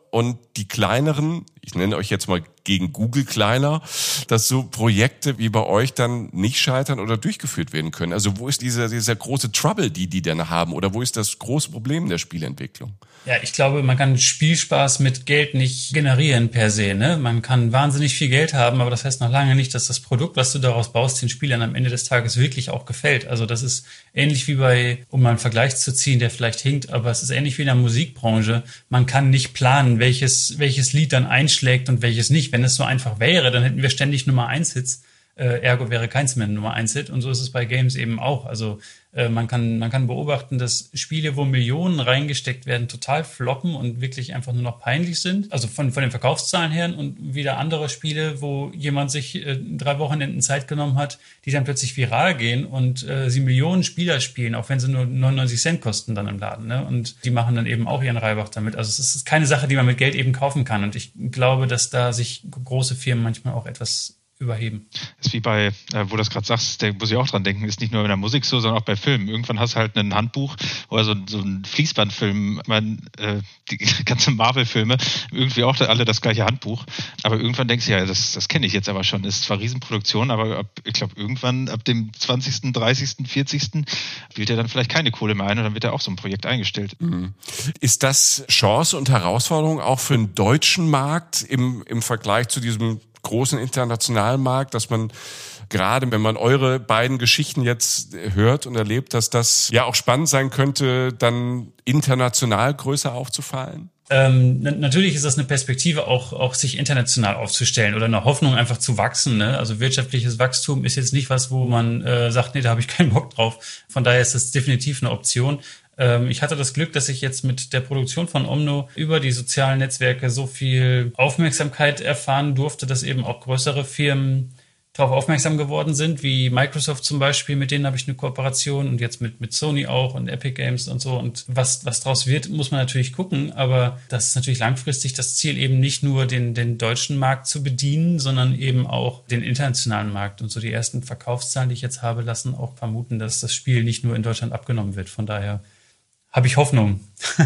und die kleineren, ich nenne euch jetzt mal gegen Google kleiner, dass so Projekte wie bei euch dann nicht scheitern oder durchgeführt werden können? Also wo ist dieser, dieser große Trouble, die die dann haben? Oder wo ist das große Problem der Spieleentwicklung? Ja, ich glaube, man kann Spielspaß mit Geld nicht generieren per se, ne? Man kann wahnsinnig viel Geld haben, aber das heißt noch lange nicht, dass das Produkt, was du daraus baust, den Spielern am Ende des Tages wirklich auch gefällt. Also das ist ähnlich wie bei, um mal einen Vergleich zu ziehen, der vielleicht hinkt, aber es ist ähnlich wie in der Musikbranche. Man kann nicht planen, welches, welches Lied dann einschlägt und welches nicht. Wenn es so einfach wäre, dann hätten wir ständig Nummer eins Hits. Äh, ergo wäre keins mehr Nummer eins Hit. Und so ist es bei Games eben auch. Also äh, man kann man kann beobachten, dass Spiele, wo Millionen reingesteckt werden, total floppen und wirklich einfach nur noch peinlich sind. Also von von den Verkaufszahlen her. Und wieder andere Spiele, wo jemand sich äh, drei Wochenenden Zeit genommen hat, die dann plötzlich viral gehen und äh, sie Millionen Spieler spielen, auch wenn sie nur neunundneunzig Cent kosten dann im Laden. Ne? Und die machen dann eben auch ihren Reibach damit. Also es ist keine Sache, die man mit Geld eben kaufen kann. Und ich glaube, dass da sich große Firmen manchmal auch etwas überheben. Das ist wie bei, äh, wo du das gerade sagst, da muss ich auch dran denken, ist nicht nur in der Musik so, sondern auch bei Filmen. Irgendwann hast du halt ein Handbuch oder so, so ein Fließbandfilm, ich meine, äh, die ganzen Marvel-Filme, irgendwie auch alle das gleiche Handbuch. Aber irgendwann denkst du, ja, das, das kenne ich jetzt aber schon. Ist zwar Riesenproduktion, aber ab, ich glaube, irgendwann ab dem zwanzigsten, dreißigsten, vierzigsten spielt er dann vielleicht keine Kohle mehr ein und dann wird er auch so ein Projekt eingestellt. Mhm. Ist das Chance und Herausforderung auch für den deutschen Markt im, im Vergleich zu diesem großen internationalen Markt, dass man gerade, wenn man eure beiden Geschichten jetzt hört und erlebt, dass das ja auch spannend sein könnte, dann international größer aufzufallen? Ähm, n- natürlich ist das eine Perspektive, auch auch sich international aufzustellen oder eine Hoffnung einfach zu wachsen. Ne? Also wirtschaftliches Wachstum ist jetzt nicht was, wo man äh, sagt, nee, da habe ich keinen Bock drauf. Von daher ist das definitiv eine Option. Ähm, ich hatte das Glück, dass ich jetzt mit der Produktion von Omno über die sozialen Netzwerke so viel Aufmerksamkeit erfahren durfte, dass eben auch größere Firmen darauf aufmerksam geworden sind, wie Microsoft zum Beispiel, mit denen habe ich eine Kooperation und jetzt mit mit Sony auch und Epic Games und so. Und was was draus wird, muss man natürlich gucken, aber das ist natürlich langfristig das Ziel, eben nicht nur den den deutschen Markt zu bedienen, sondern eben auch den internationalen Markt. Und so die ersten Verkaufszahlen, die ich jetzt habe, lassen auch vermuten, dass das Spiel nicht nur in Deutschland abgenommen wird. Von daher habe ich Hoffnung.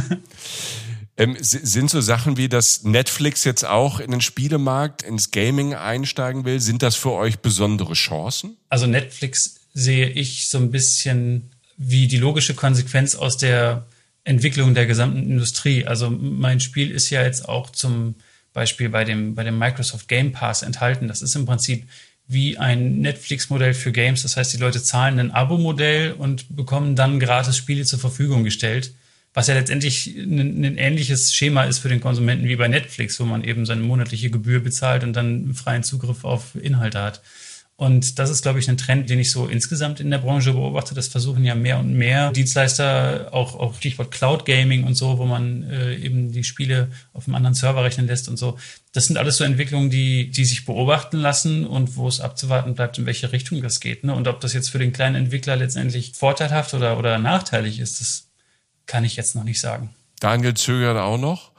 Ähm, sind so Sachen wie, dass Netflix jetzt auch in den Spielemarkt, ins Gaming einsteigen will, sind das für euch besondere Chancen? Also Netflix sehe ich so ein bisschen wie die logische Konsequenz aus der Entwicklung der gesamten Industrie. Also mein Spiel ist ja jetzt auch zum Beispiel bei dem, bei dem Microsoft Game Pass enthalten. Das ist im Prinzip wie ein Netflix-Modell für Games. Das heißt, die Leute zahlen ein Abo-Modell und bekommen dann gratis Spiele zur Verfügung gestellt. Was ja letztendlich ein, ein ähnliches Schema ist für den Konsumenten wie bei Netflix, wo man eben seine monatliche Gebühr bezahlt und dann freien Zugriff auf Inhalte hat. Und das ist, glaube ich, ein Trend, den ich so insgesamt in der Branche beobachte. Das versuchen ja mehr und mehr Dienstleister, auch, auch Stichwort Cloud Gaming und so, wo man äh, eben die Spiele auf einem anderen Server rechnen lässt und so. Das sind alles so Entwicklungen, die, die sich beobachten lassen und wo es abzuwarten bleibt, in welche Richtung das geht. Ne? Und ob das jetzt für den kleinen Entwickler letztendlich vorteilhaft oder, oder nachteilig ist, das kann ich jetzt noch nicht sagen. Daniel zögert auch noch.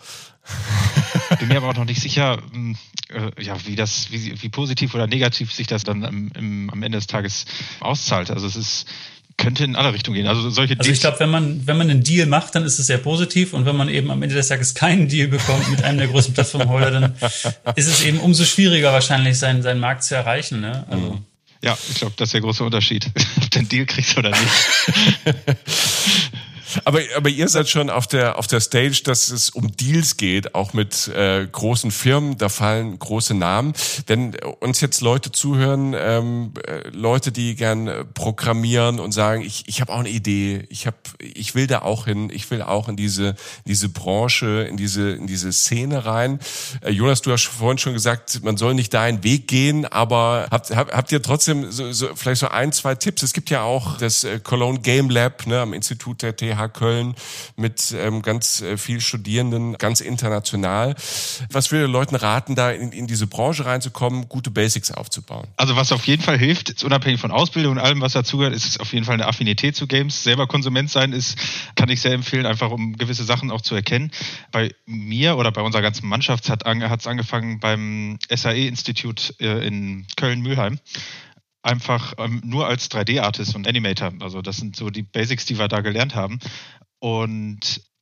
Bin mir aber auch noch nicht sicher, äh, ja, wie das, wie, wie positiv oder negativ sich das dann im, im, am Ende des Tages auszahlt. Also es ist, könnte in alle Richtungen gehen. Also solche Also ich glaube, wenn man wenn man einen Deal macht, dann ist es sehr positiv, und wenn man eben am Ende des Tages keinen Deal bekommt mit einem der größten Plattformholder, dann ist es eben umso schwieriger wahrscheinlich, seinen seinen Markt zu erreichen. Ne? Also. Ja, ich glaube, das ist der große Unterschied, ob du einen Deal kriegst oder nicht. Aber, aber ihr seid schon auf der, auf der Stage, dass es um Deals geht, auch mit äh, großen Firmen, da fallen große Namen. Wenn uns jetzt Leute zuhören, ähm, äh, Leute, die gern äh, programmieren und sagen, ich, ich habe auch eine Idee, ich hab, ich will da auch hin, ich will auch in diese, diese Branche, in diese, in diese Szene rein. Äh, Jonas, du hast vorhin schon gesagt, man soll nicht da einen Weg gehen, aber habt, habt, habt ihr trotzdem so, so, vielleicht so ein, zwei Tipps? Es gibt ja auch das äh, Cologne Game Lab, ne, am Institut der T H Köln mit ähm, ganz äh, viel Studierenden, ganz international. Was würde Leuten raten, da in, in diese Branche reinzukommen, gute Basics aufzubauen? Also was auf jeden Fall hilft, ist unabhängig von Ausbildung und allem, was dazugehört, ist auf jeden Fall eine Affinität zu Games. Selber Konsument sein ist, kann ich sehr empfehlen, einfach um gewisse Sachen auch zu erkennen. Bei mir oder bei unserer ganzen Mannschaft hat es angefangen beim S A E-Institut äh, in Köln-Mülheim. Einfach ähm, nur als drei D-Artist und Animator. Also das sind so die Basics, die wir da gelernt haben. Und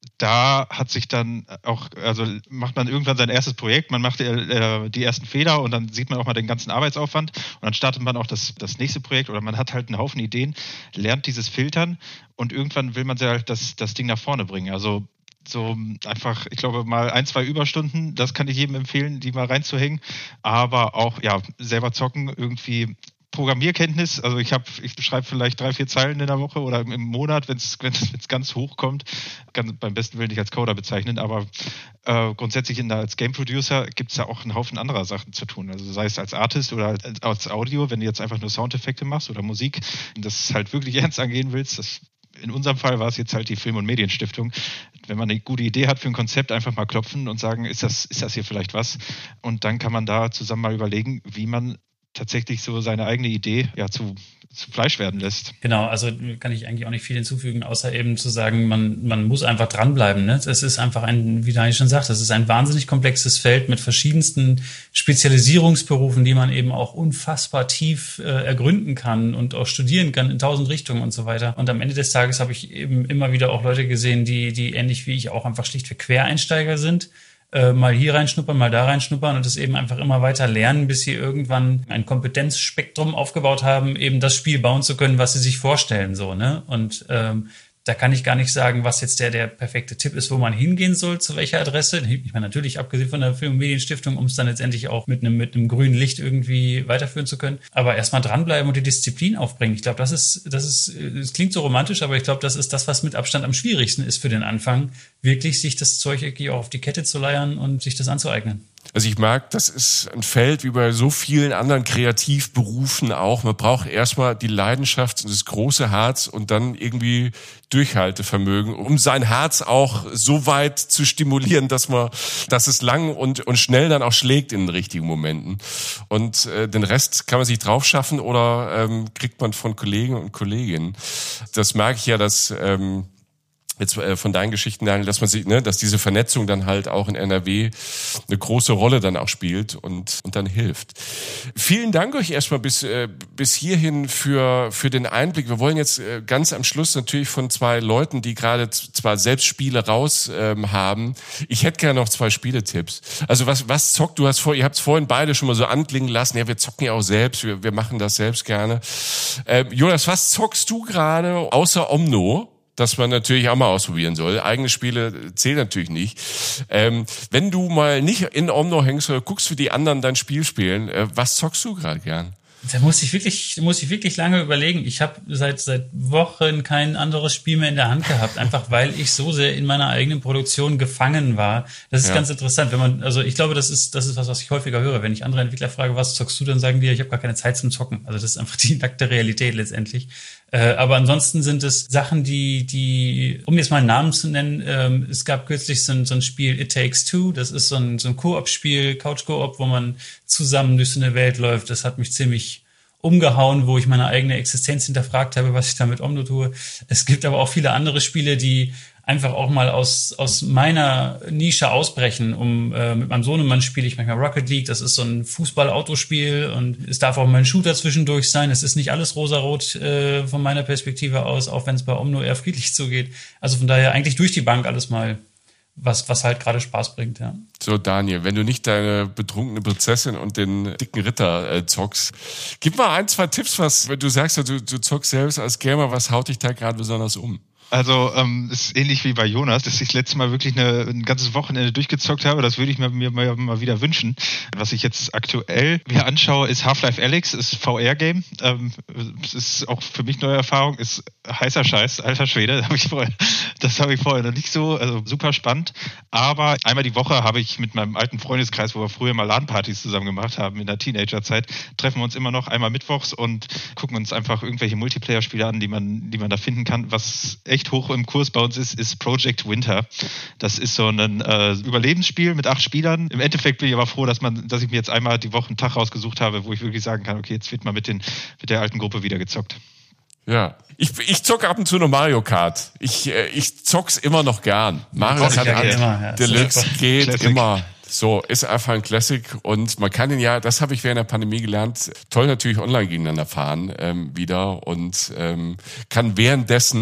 da hat sich dann auch, also macht man irgendwann sein erstes Projekt, man macht äh, die ersten Fehler und dann sieht man auch mal den ganzen Arbeitsaufwand und dann startet man auch das, das nächste Projekt oder man hat halt einen Haufen Ideen, lernt dieses Filtern und irgendwann will man halt das, das Ding nach vorne bringen. Also so einfach, ich glaube mal ein, zwei Überstunden, das kann ich jedem empfehlen, die mal reinzuhängen, aber auch ja selber zocken, irgendwie Programmierkenntnis, also ich habe, ich schreibe vielleicht drei, vier Zeilen in der Woche oder im Monat, wenn es ganz hoch kommt, kann beim besten Willen nicht als Coder bezeichnen, aber äh, grundsätzlich in der, als Game Producer gibt es ja auch einen Haufen anderer Sachen zu tun, also sei es als Artist oder als, als Audio, wenn du jetzt einfach nur Soundeffekte machst oder Musik, das halt wirklich ernst angehen willst, das in unserem Fall war es jetzt halt die Film- und Medienstiftung. Wenn man eine gute Idee hat für ein Konzept, einfach mal klopfen und sagen, ist das, ist das hier vielleicht was? Und dann kann man da zusammen mal überlegen, wie man tatsächlich so seine eigene Idee ja zu, zu Fleisch werden lässt. Genau, also kann ich eigentlich auch nicht viel hinzufügen, außer eben zu sagen, man, man muss einfach dranbleiben. Ne? Es ist einfach ein, wie Daniel schon sagt, es ist ein wahnsinnig komplexes Feld mit verschiedensten Spezialisierungsberufen, die man eben auch unfassbar tief äh, ergründen kann und auch studieren kann in tausend Richtungen und so weiter. Und am Ende des Tages habe ich eben immer wieder auch Leute gesehen, die, die ähnlich wie ich auch einfach schlichtweg Quereinsteiger sind. Äh, mal hier reinschnuppern, mal da reinschnuppern und es eben einfach immer weiter lernen, bis sie irgendwann ein Kompetenzspektrum aufgebaut haben, eben das Spiel bauen zu können, was sie sich vorstellen, so, ne? Und ähm, da kann ich gar nicht sagen, was jetzt der der perfekte Tipp ist, wo man hingehen soll, zu welcher Adresse. Ich meine, natürlich, abgesehen von der Film- und Medienstiftung, um es dann letztendlich auch mit einem mit einem grünen Licht irgendwie weiterführen zu können. Aber erstmal dranbleiben und die Disziplin aufbringen. Ich glaube, das ist, das ist, es klingt so romantisch, aber ich glaube, das ist das, was mit Abstand am schwierigsten ist für den Anfang, wirklich sich das Zeug irgendwie auch auf die Kette zu leiern und sich das anzueignen. Also ich mag, das ist ein Feld wie bei so vielen anderen Kreativberufen auch. Man braucht erstmal die Leidenschaft und das große Herz und dann irgendwie Durchhaltevermögen, um sein Herz auch so weit zu stimulieren, dass man, dass es lang und, und schnell dann auch schlägt in den richtigen Momenten. Und äh, den Rest kann man sich drauf schaffen oder ähm, kriegt man von Kollegen und Kolleginnen. Das merke ich ja, dass ähm, jetzt äh, von deinen Geschichten, Daniel, dass man sich, ne, dass diese Vernetzung dann halt auch in N R W eine große Rolle dann auch spielt und und dann hilft. Vielen Dank euch erstmal bis äh, bis hierhin für für den Einblick. Wir wollen jetzt äh, ganz am Schluss natürlich von zwei Leuten, die gerade z- zwar selbst Spiele raus ähm, haben. Ich hätte gerne noch zwei Spieletipps. Also was was zockt? Du hast vor, ihr habt es vorhin beide schon mal so anklingen lassen. Ja, wir zocken ja auch selbst. Wir wir machen das selbst gerne. Äh, Jonas, was zockst du gerade außer Omno? Das man natürlich auch mal ausprobieren soll. Eigene Spiele zählen natürlich nicht. Ähm, wenn du mal nicht in Omno hängst oder guckst, wie die anderen dein Spiel spielen, äh, was zockst du gerade gern? Da muss ich wirklich, muss ich wirklich lange überlegen. Ich habe seit seit Wochen kein anderes Spiel mehr in der Hand gehabt, einfach weil ich so sehr in meiner eigenen Produktion gefangen war. Das ist ja ganz interessant, wenn man, also ich glaube, das ist das ist was, was ich häufiger höre, wenn ich andere Entwickler frage, was zockst du, dann sagen die, ich habe gar keine Zeit zum Zocken. Also das ist einfach die nackte Realität letztendlich. Äh, aber ansonsten sind es Sachen, die, die, um jetzt mal einen Namen zu nennen, ähm, es gab kürzlich so ein, so ein Spiel It Takes Two, das ist so ein, so ein Koop-Spiel, Couch-Koop, wo man zusammen durch so eine Welt läuft. Das hat mich ziemlich umgehauen, wo ich meine eigene Existenz hinterfragt habe, was ich da mit Omno tue. Es gibt aber auch viele andere Spiele, die einfach auch mal aus aus meiner Nische ausbrechen. Um äh, mit meinem Sohnemann spiele ich manchmal Rocket League. Das ist so ein Fußball-Autospiel und es darf auch mal ein Shooter zwischendurch sein. Es ist nicht alles rosarot äh, von meiner Perspektive aus, auch wenn es bei Omno eher friedlich zugeht. Also von daher eigentlich durch die Bank alles mal, was was halt gerade Spaß bringt, ja. So, Daniel, wenn du nicht deine betrunkene Prinzessin und den dicken Ritter äh, zockst, gib mal ein, zwei Tipps, was, wenn du sagst, du, du zockst selbst als Gamer, was haut dich da gerade besonders um? Also ähm, ist ähnlich wie bei Jonas, dass ich letztes Mal wirklich eine, ein ganzes Wochenende durchgezockt habe. Das würde ich mir, mir mal, mal wieder wünschen. Was ich jetzt aktuell mir anschaue, ist Half-Life Alyx, ist V R-Game. Ähm, es ist auch für mich neue Erfahrung, ist heißer Scheiß, alter Schwede. Das habe ich vorher, das habe ich vorher noch nicht so, also super spannend. Aber einmal die Woche habe ich mit meinem alten Freundeskreis, wo wir früher mal LAN-Partys zusammen gemacht haben in der Teenagerzeit, treffen wir uns immer noch einmal mittwochs und gucken uns einfach irgendwelche Multiplayer-Spiele an, die man, die man da finden kann. Was echt hoch im Kurs bei uns ist, ist Project Winter. Das ist so ein äh, Überlebensspiel mit acht Spielern. Im Endeffekt bin ich aber froh, dass man, dass ich mir jetzt einmal die Woche einen Tag rausgesucht habe, wo ich wirklich sagen kann, okay, jetzt wird mal mit den mit der alten Gruppe wieder gezockt. Ja, ich ich zocke ab und zu noch Mario Kart. Ich äh, ich zock's immer noch gern. Mario Kart ja, immer, ja. Deluxe geht Classic. immer. So, ist einfach ein Classic und man kann ihn ja, das habe ich während der Pandemie gelernt, toll natürlich online gegeneinander fahren ähm, wieder und ähm, kann währenddessen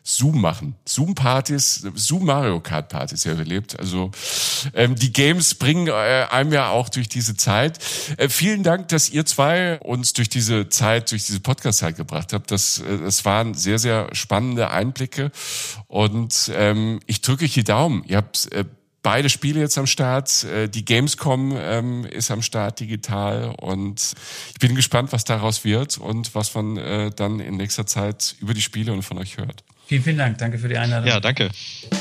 Zoom machen. Zoom-Partys, Zoom-Mario-Kart-Partys ja erlebt. Also ähm, die Games bringen äh, einem ja auch durch diese Zeit. Äh, vielen Dank, dass ihr zwei uns durch diese Zeit, durch diese Podcast-Zeit gebracht habt. Das, äh, das waren sehr, sehr spannende Einblicke. Und ähm, ich drücke euch die Daumen. Ihr habt äh, beide Spiele jetzt am Start. Die Gamescom ähm, ist am Start digital und ich bin gespannt, was daraus wird und was man äh, dann in nächster Zeit über die Spiele und von euch hört. Vielen, vielen Dank. Danke für die Einladung. Ja, danke.